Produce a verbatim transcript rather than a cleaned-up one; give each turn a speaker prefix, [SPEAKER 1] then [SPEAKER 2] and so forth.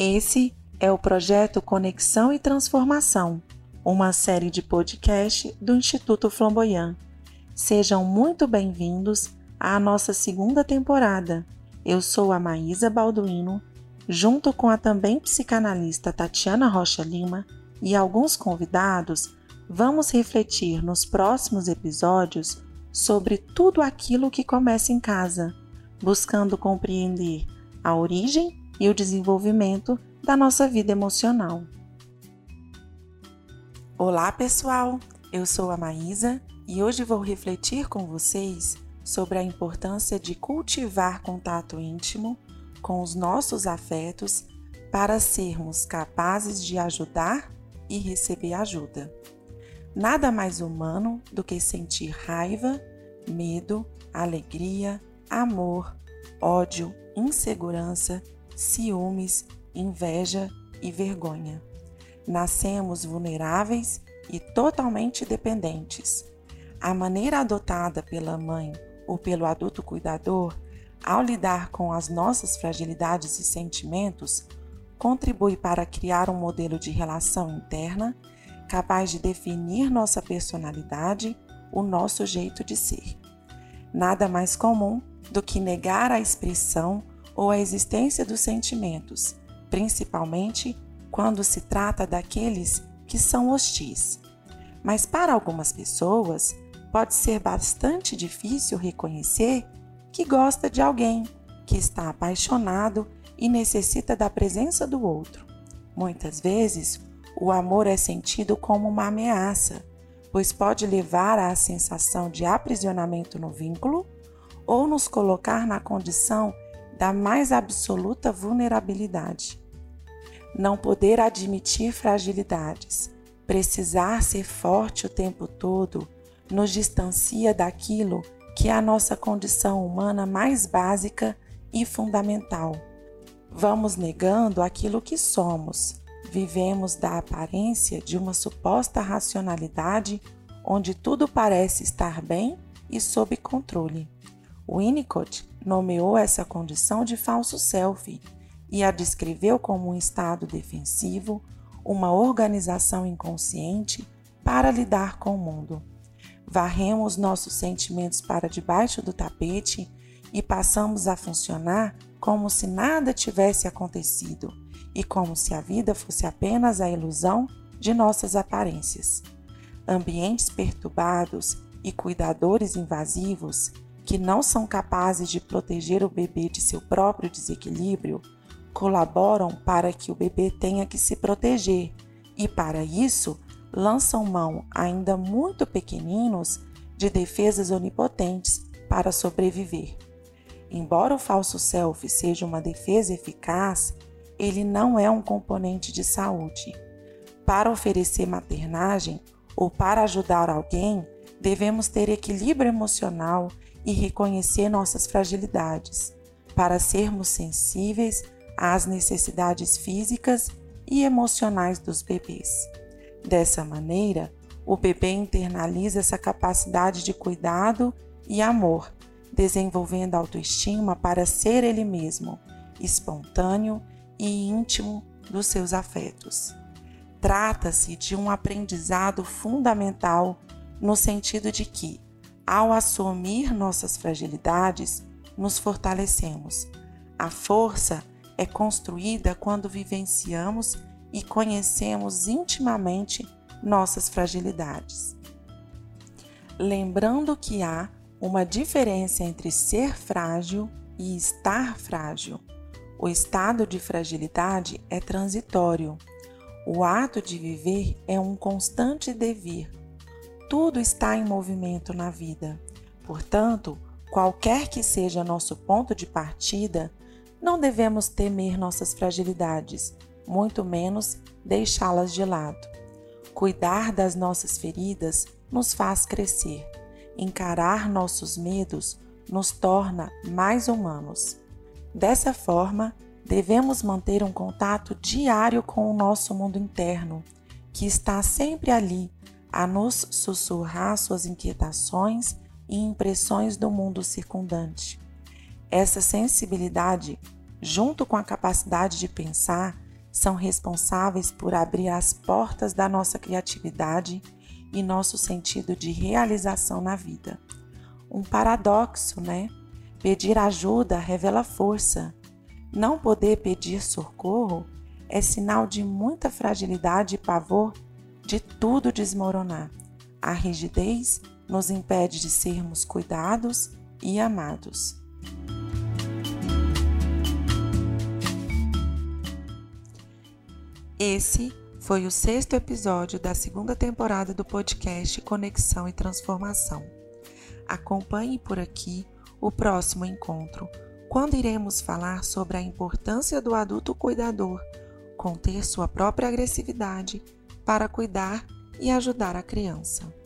[SPEAKER 1] Esse é o projeto Conexão e Transformação, uma série de podcast do Instituto Flamboyant. Sejam muito bem-vindos à nossa segunda temporada. Eu sou a Maísa Balduino, junto com a também psicanalista Tatiana Rocha Lima e alguns convidados, vamos refletir nos próximos episódios sobre tudo aquilo que começa em casa, buscando compreender a origem e o desenvolvimento da nossa vida emocional. Olá pessoal, eu sou a Maísa e hoje vou refletir com vocês sobre a importância de cultivar contato íntimo com os nossos afetos para sermos capazes de ajudar e receber ajuda. Nada mais humano do que sentir raiva, medo, alegria, amor, ódio, insegurança, ciúmes, inveja e vergonha. Nascemos vulneráveis e totalmente dependentes. A maneira adotada pela mãe ou pelo adulto cuidador, ao lidar com as nossas fragilidades e sentimentos, contribui para criar um modelo de relação interna capaz de definir nossa personalidade, o nosso jeito de ser. Nada mais comum do que negar a expressão ou a existência dos sentimentos, principalmente quando se trata daqueles que são hostis. Mas para algumas pessoas, pode ser bastante difícil reconhecer que gosta de alguém, que está apaixonado e necessita da presença do outro. Muitas vezes, o amor é sentido como uma ameaça, pois pode levar à sensação de aprisionamento no vínculo ou nos colocar na condição da mais absoluta vulnerabilidade. Não poder admitir fragilidades, precisar ser forte o tempo todo, nos distancia daquilo que é a nossa condição humana mais básica e fundamental. Vamos negando aquilo que somos. Vivemos da aparência de uma suposta racionalidade onde tudo parece estar bem e sob controle. Winnicott nomeou essa condição de falso self e a descreveu como um estado defensivo, uma organização inconsciente para lidar com o mundo. Varremos nossos sentimentos para debaixo do tapete e passamos a funcionar como se nada tivesse acontecido e como se a vida fosse apenas a ilusão de nossas aparências. Ambientes perturbados e cuidadores invasivos que não são capazes de proteger o bebê de seu próprio desequilíbrio colaboram para que o bebê tenha que se proteger e, para isso, lançam mão, ainda muito pequeninos, de defesas onipotentes para sobreviver. Embora o falso self seja uma defesa eficaz, ele não é um componente de saúde. Para oferecer maternagem ou para ajudar alguém, devemos ter equilíbrio emocional e reconhecer nossas fragilidades, para sermos sensíveis às necessidades físicas e emocionais dos bebês. Dessa maneira, o bebê internaliza essa capacidade de cuidado e amor, desenvolvendo autoestima para ser ele mesmo, espontâneo e íntimo dos seus afetos. Trata-se de um aprendizado fundamental no sentido de que, ao assumir nossas fragilidades, nos fortalecemos. A força é construída quando vivenciamos e conhecemos intimamente nossas fragilidades. Lembrando que há uma diferença entre ser frágil e estar frágil. O estado de fragilidade é transitório. O ato de viver é um constante devir. Tudo está em movimento na vida. Portanto, qualquer que seja nosso ponto de partida, não devemos temer nossas fragilidades, muito menos deixá-las de lado. Cuidar das nossas feridas nos faz crescer. Encarar nossos medos nos torna mais humanos. Dessa forma, devemos manter um contato diário com o nosso mundo interno, que está sempre ali a nos sussurrar suas inquietações e impressões do mundo circundante. Essa sensibilidade, junto com a capacidade de pensar, são responsáveis por abrir as portas da nossa criatividade e nosso sentido de realização na vida. Um paradoxo, né? Pedir ajuda revela força. Não poder pedir socorro é sinal de muita fragilidade e pavor de tudo desmoronar. A rigidez nos impede de sermos cuidados e amados. Esse foi o sexto episódio da segunda temporada do podcast Conexão e Transformação. Acompanhe por aqui o próximo encontro, quando iremos falar sobre a importância do adulto cuidador conter sua própria agressividade para cuidar e ajudar a criança.